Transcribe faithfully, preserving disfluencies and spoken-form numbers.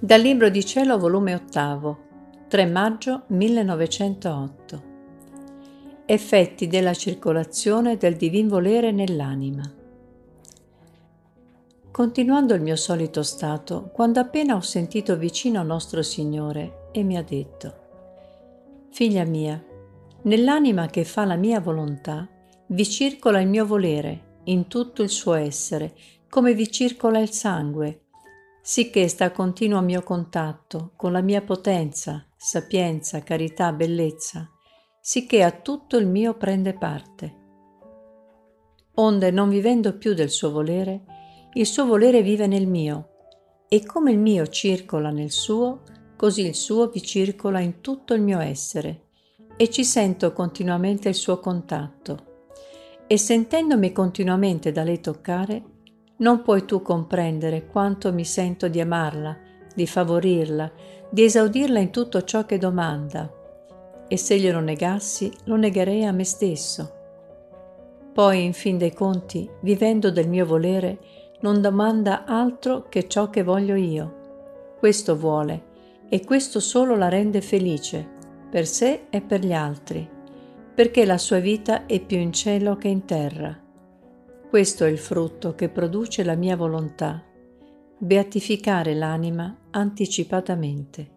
Dal Libro di Cielo, volume ottavo, tre maggio millenovecentootto. Effetti della circolazione del divin volere nell'anima. Continuando il mio solito stato, quando appena ho sentito vicino nostro Signore e mi ha detto: «Figlia mia, nell'anima che fa la mia volontà vi circola il mio volere in tutto il suo essere, come vi circola il sangue, sicché sta a continuo mio contatto con la mia potenza, sapienza, carità, bellezza, sicché a tutto il mio prende parte. Onde, non vivendo più del suo volere, il suo volere vive nel mio, e come il mio circola nel suo, così il suo vi circola in tutto il mio essere, e ci sento continuamente il suo contatto. E sentendomi continuamente da lei toccare, non puoi tu comprendere quanto mi sento di amarla, di favorirla, di esaudirla in tutto ciò che domanda, e se glielo negassi, lo negherei a me stesso. Poi, in fin dei conti, vivendo del mio volere, non domanda altro che ciò che voglio io. Questo vuole, e questo solo la rende felice, per sé e per gli altri, perché la sua vita è più in cielo che in terra. Questo è il frutto che produce la mia volontà, beatificare l'anima anticipatamente.